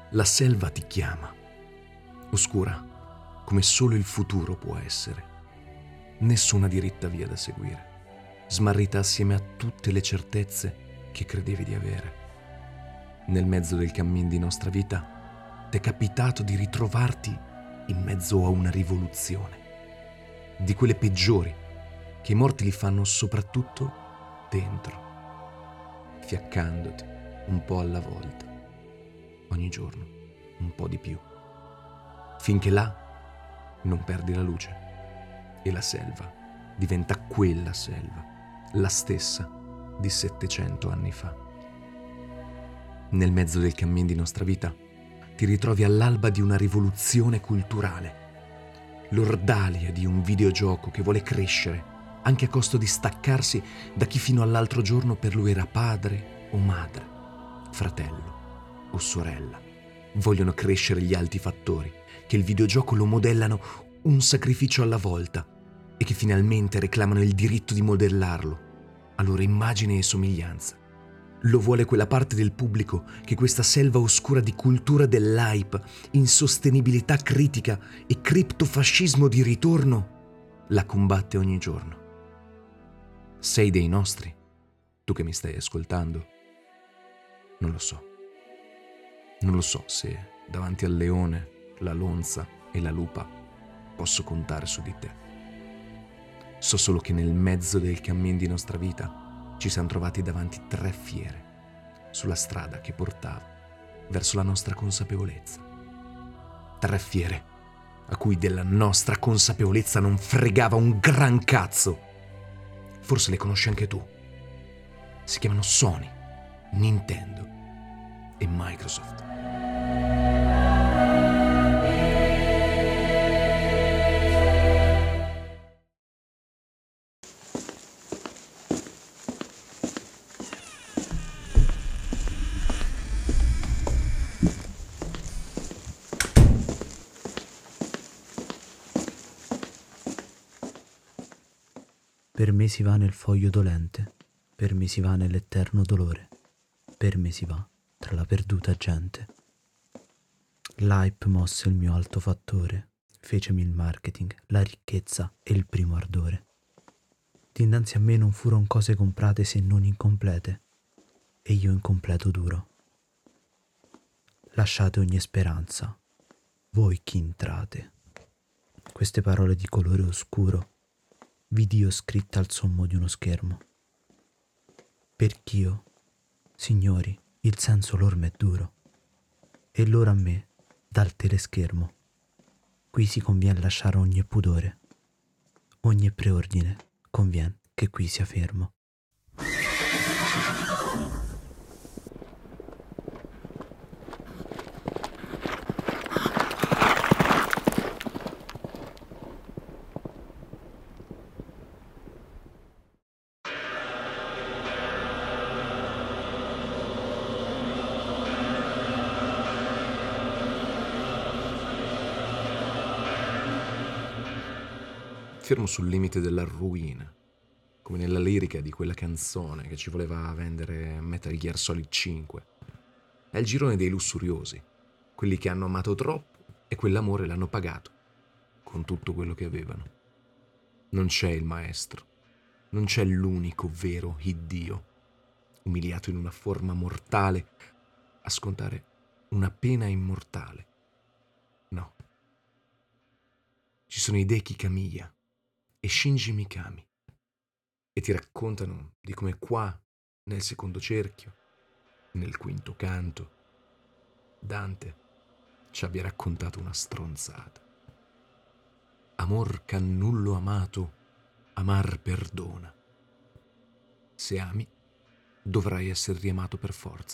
La selva ti chiama, oscura come solo il futuro può essere. Nessuna diritta via da seguire, smarrita assieme a tutte le certezze che credevi di avere. Nel mezzo del cammin di nostra vita, t'è capitato di ritrovarti in mezzo a una rivoluzione, di quelle peggiori che i morti li fanno soprattutto dentro, fiaccandoti un po' alla volta, ogni giorno un po' di più, finché là non perdi la luce e la selva diventa quella selva, la stessa di 700 anni fa. Nel mezzo del cammin di nostra vita ti ritrovi all'alba di una rivoluzione culturale, l'ordalia di un videogioco che vuole crescere anche a costo di staccarsi da chi fino all'altro giorno per lui era padre o madre, fratello o sorella. Vogliono crescere gli alti fattori, che il videogioco lo modellano un sacrificio alla volta e che finalmente reclamano il diritto di modellarlo a loro immagine e somiglianza. Lo vuole quella parte del pubblico che questa selva oscura di cultura dell'hype, insostenibilità critica e criptofascismo di ritorno la combatte ogni giorno. Sei dei nostri, tu che mi stai ascoltando? Non lo so. Non lo so se davanti al leone, la lonza e la lupa posso contare su di te. So solo che nel mezzo del cammin di nostra vita ci siamo trovati davanti 3 fiere sulla strada che portava verso la nostra consapevolezza. 3 fiere a cui della nostra consapevolezza non fregava un gran cazzo. Forse le conosci anche tu. Si chiamano Sony, Nintendo e Microsoft. Per me si va nel foglio dolente, per me si va nell'eterno dolore, per me si va tra la perduta gente. L'hype mosse il mio alto fattore, fecemi il marketing, la ricchezza e il primo ardore. Dinanzi a me non furon cose comprate se non incomplete, e io incompleto duro. Lasciate ogni speranza, voi chi intrate. Queste parole di colore oscuro vidi io scritta al sommo di uno schermo. Perch'io, signori, il senso l'orme è duro, e loro a me, dal teleschermo. Qui si convien lasciare ogni pudore, ogni preordine convien che qui sia fermo. Fermo sul limite della ruina, come nella lirica di quella canzone che ci voleva vendere Metal Gear Solid 5. È il girone dei lussuriosi, quelli che hanno amato troppo e quell'amore l'hanno pagato con tutto quello che avevano. Non c'è il maestro, non c'è l'unico vero Iddio, umiliato in una forma mortale a scontare una pena immortale. No. Ci sono i Hideki Kamiya e Shinji Mikami e ti raccontano di come qua, nel secondo cerchio, nel quinto canto, Dante ci abbia raccontato una stronzata. Amor cannullo amato, amar perdona. Se ami, dovrai essere riamato per forza.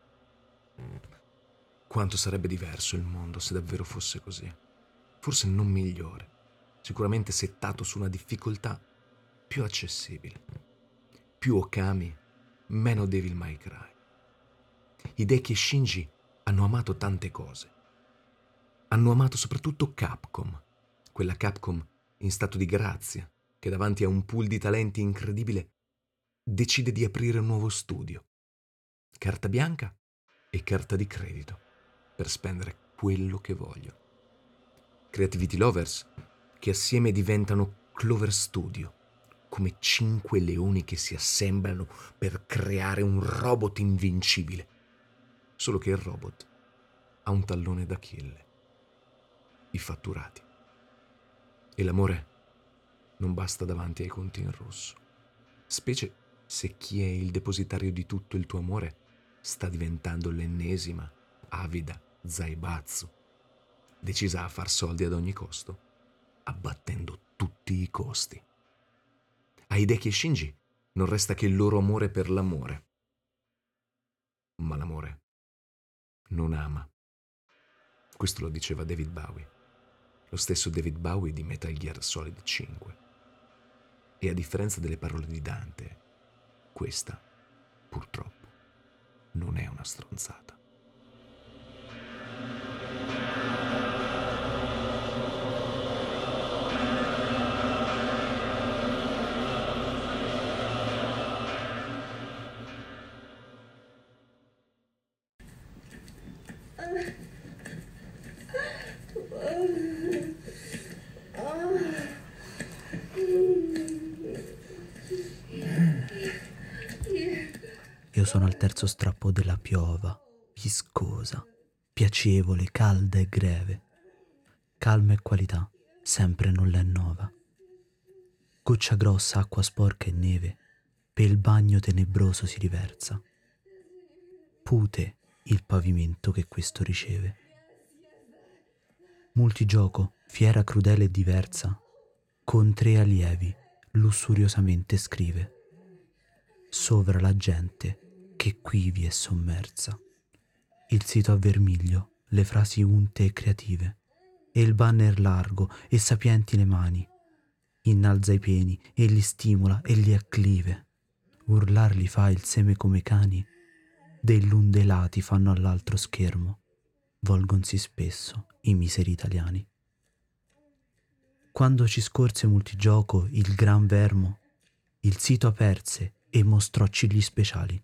Quanto sarebbe diverso il mondo se davvero fosse così. Forse non migliore, sicuramente settato su una difficoltà più accessibile. Più Okami, meno Devil May Cry. Hideki e Shinji hanno amato tante cose. Hanno amato soprattutto Capcom, quella Capcom in stato di grazia, che davanti a un pool di talenti incredibile decide di aprire un nuovo studio. Carta bianca e carta di credito per spendere quello che voglio. Creativity Lovers che assieme diventano Clover Studio, come 5 leoni che si assemblano per creare un robot invincibile. Solo che il robot ha un tallone d'Achille: i fatturati. E l'amore non basta davanti ai conti in rosso, specie se chi è il depositario di tutto il tuo amore sta diventando l'ennesima avida Zaibatsu, decisa a far soldi ad ogni costo, abbattendo tutti i costi. A Hideki e Shinji non resta che il loro amore per l'amore. Ma l'amore non ama. Questo lo diceva David Bowie, lo stesso David Bowie di Metal Gear Solid 5. E a differenza delle parole di Dante, questa, purtroppo, non è una stronzata. Io sono al terzo strappo della piova, viscosa, piacevole, calda e greve. Calma e qualità, sempre non è nova. Goccia grossa, acqua sporca e neve, per il bagno tenebroso si riversa. Pute il pavimento che questo riceve. Multigioco, fiera crudele e diversa, con 3 allievi, lussuriosamente scrive. Sovra la gente che qui vi è sommersa. Il sito a vermiglio, le frasi unte e creative, e il banner largo e sapienti le mani. Innalza i peni e li stimola e li acclive. Urlar li fa il seme come cani. Dei l'un dei lati fanno all'altro schermo. Volgonsi spesso i miseri italiani. Quando ci scorse multigioco il gran vermo, il sito aperse e mostrò cigli speciali.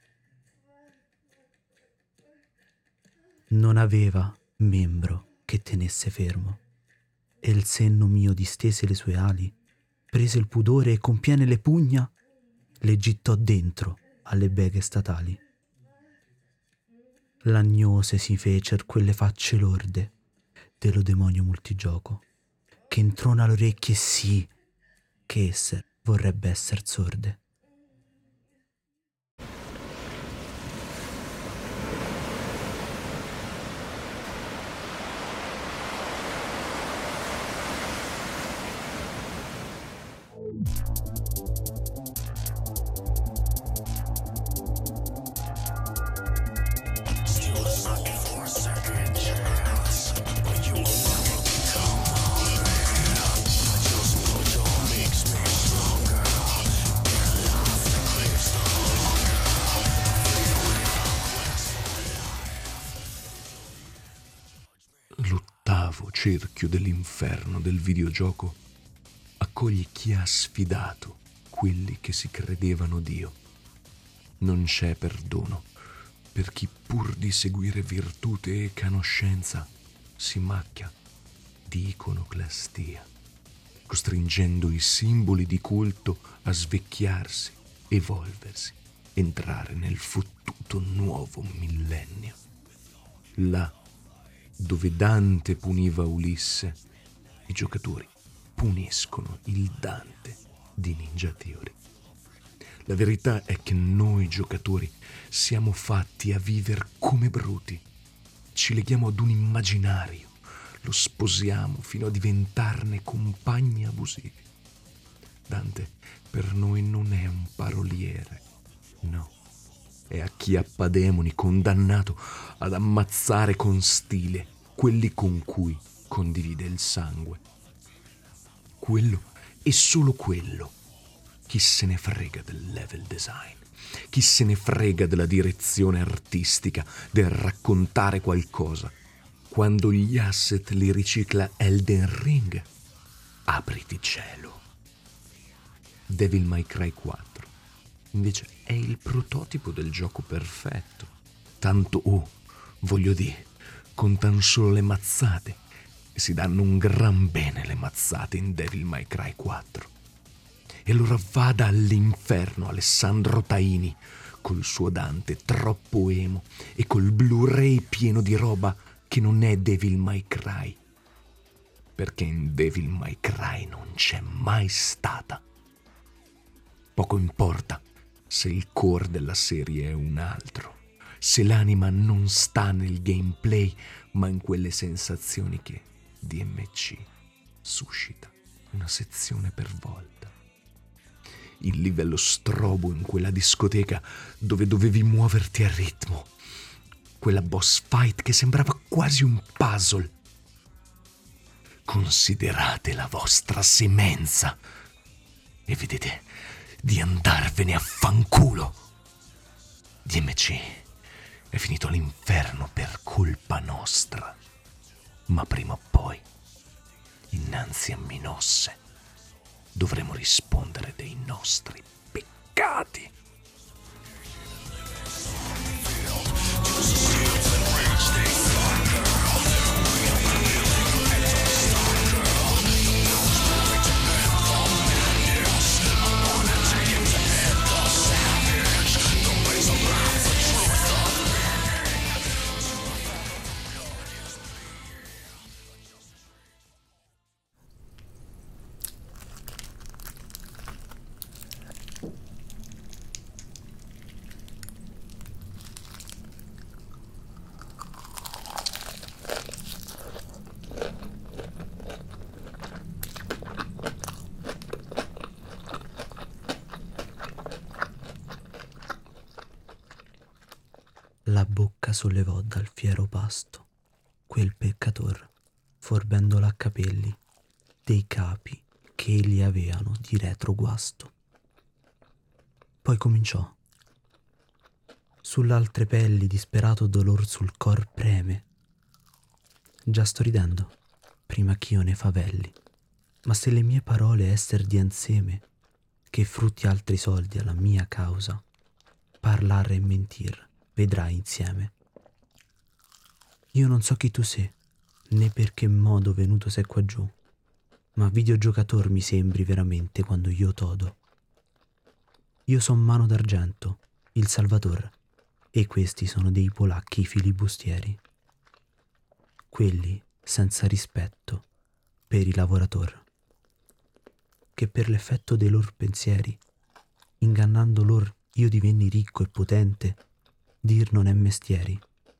Non aveva membro che tenesse fermo, e il senno mio distese le sue ali, prese il pudore e con piene le pugna le gittò dentro alle beghe statali. Lagnose si fecer quelle facce lorde dello demonio multigioco, che introna le orecchie sì, che esser vorrebbe esser sorde. L'ottavo cerchio dell'inferno del videogioco accoglie chi ha sfidato quelli che si credevano Dio. Non c'è perdono per chi pur di seguire virtute e conoscenza si macchia di iconoclastia, costringendo i simboli di culto a svecchiarsi, evolversi, entrare nel fottuto nuovo millennio. Là dove Dante puniva Ulisse, i giocatori puniscono il Dante di Ninja Theory. La verità è che noi giocatori siamo fatti a vivere come bruti. Ci leghiamo ad un immaginario, lo sposiamo fino a diventarne compagni abusivi. Dante per noi non è un paroliere, no. È acchiappedemoni condannato ad ammazzare con stile quelli con cui condivide il sangue. Quello e solo quello. Chi se ne frega del level design? Chi se ne frega della direzione artistica, del raccontare qualcosa? Quando gli asset li ricicla Elden Ring, apriti cielo. Devil May Cry 4 invece è il prototipo del gioco perfetto. Tanto, voglio dire, contano solo le mazzate e si danno un gran bene le mazzate in Devil May Cry 4. E allora vada all'inferno Alessandro Taini col suo Dante troppo emo e col Blu-ray pieno di roba che non è Devil May Cry, perché in Devil May Cry non c'è mai stata. Poco importa se il core della serie è un altro, se l'anima non sta nel gameplay ma in quelle sensazioni che DMC suscita una sezione per volta. Il livello strobo in quella discoteca dove dovevi muoverti a ritmo, quella boss fight che sembrava quasi un puzzle. Considerate la vostra semenza e vedete di andarvene a fanculo. DMC è finito all'inferno per colpa nostra, ma prima o poi, innanzi a Minosse, dovremo rispondere dei nostri peccati. La bocca sollevò dal fiero pasto quel peccator, forbendolo a capelli dei capi che egli aveano di retro guasto. Poi cominciò. Sull'altre pelli disperato dolor sul cor preme. Già sto ridendo, prima ch'io ne favelli, ma se le mie parole esser di anseme, che frutti altri soldi alla mia causa, parlare e mentir vedrai insieme. Io non so chi tu sei, né per che modo venuto sei qua giù, ma videogiocator mi sembri veramente quando io t'odo. Io son Mano d'Argento, il Salvator, e questi sono dei polacchi filibustieri. Quelli senza rispetto per i lavorator, che per l'effetto dei lor pensieri, ingannando lor io divenni ricco e potente, dir non è mestieri.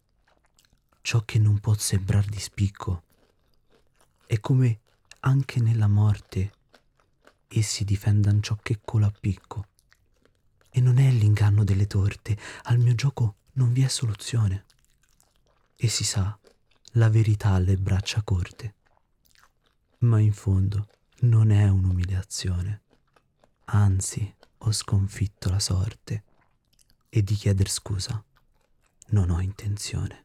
Ciò che non può sembrar di spicco è come anche nella morte essi difendan ciò che cola a picco. E non è l'inganno delle torte, al mio gioco non vi è soluzione. E si sa, la verità alle braccia corte. Ma in fondo non è un'umiliazione. Anzi, ho sconfitto la sorte e di chieder scusa non ho intenzione.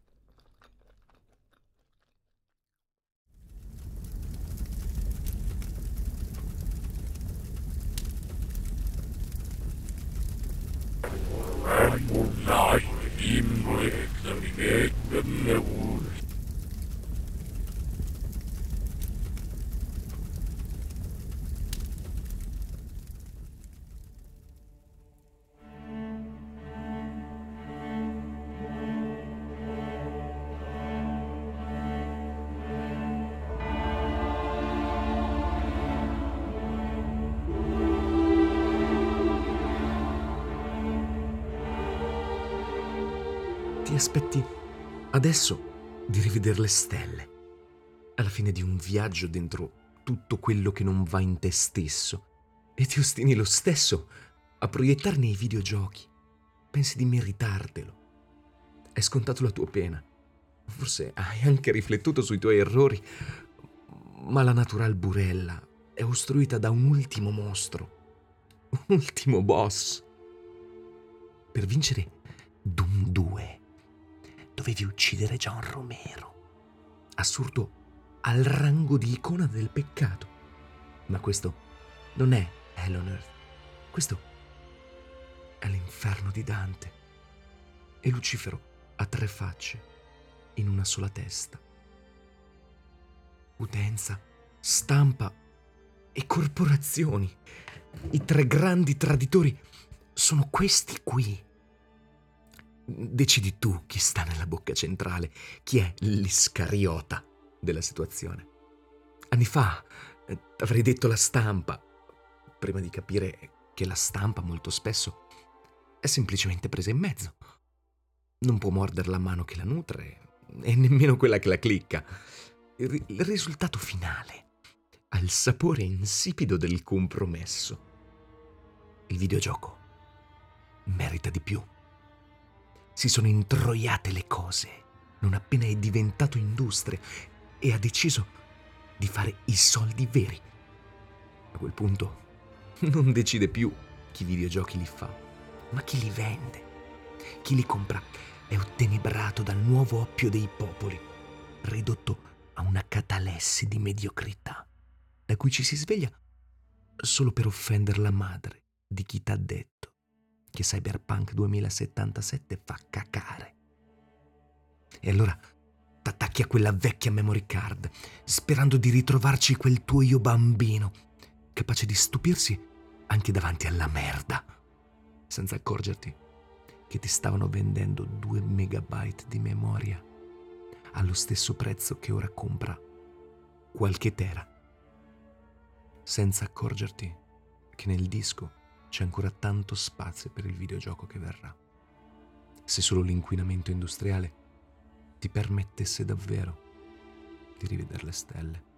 Ti aspetti adesso di rivedere le stelle, alla fine di un viaggio dentro tutto quello che non va in te stesso, e ti ostini lo stesso a proiettarne i videogiochi. Pensi di meritartelo. Hai scontato la tua pena. Forse hai anche riflettuto sui tuoi errori, ma la Natural Burella è ostruita da un ultimo mostro, un ultimo boss. Per vincere Doom 2 dovevi uccidere John Romero, assurdo al rango di icona del peccato. Ma questo non è Hell on Earth, questo è l'inferno di Dante. E Lucifero ha 3 facce, in una sola testa. Utenza, stampa e corporazioni. I 3 grandi traditori sono questi qui. Decidi tu chi sta nella bocca centrale, chi è l'Iscariota della situazione. Anni fa avrei detto la stampa, prima di capire che la stampa molto spesso è semplicemente presa in mezzo. Non può mordere la mano che la nutre e nemmeno quella che la clicca. Il risultato finale ha il sapore insipido del compromesso. Il videogioco merita di più. Si sono introiate le cose non appena è diventato industria e ha deciso di fare i soldi veri. A quel punto non decide più chi videogiochi li fa, ma chi li vende. Chi li compra è ottenebrato dal nuovo oppio dei popoli, ridotto a una catalessi di mediocrità, da cui ci si sveglia solo per offendere la madre di chi t'ha detto che Cyberpunk 2077 fa cacare. E allora t'attacchi a quella vecchia memory card, sperando di ritrovarci quel tuo io bambino, capace di stupirsi anche davanti alla merda, senza accorgerti che ti stavano vendendo 2 megabyte di memoria allo stesso prezzo che ora compra qualche tera, senza accorgerti che nel disco c'è ancora tanto spazio per il videogioco che verrà. Se solo l'inquinamento industriale ti permettesse davvero di rivedere le stelle.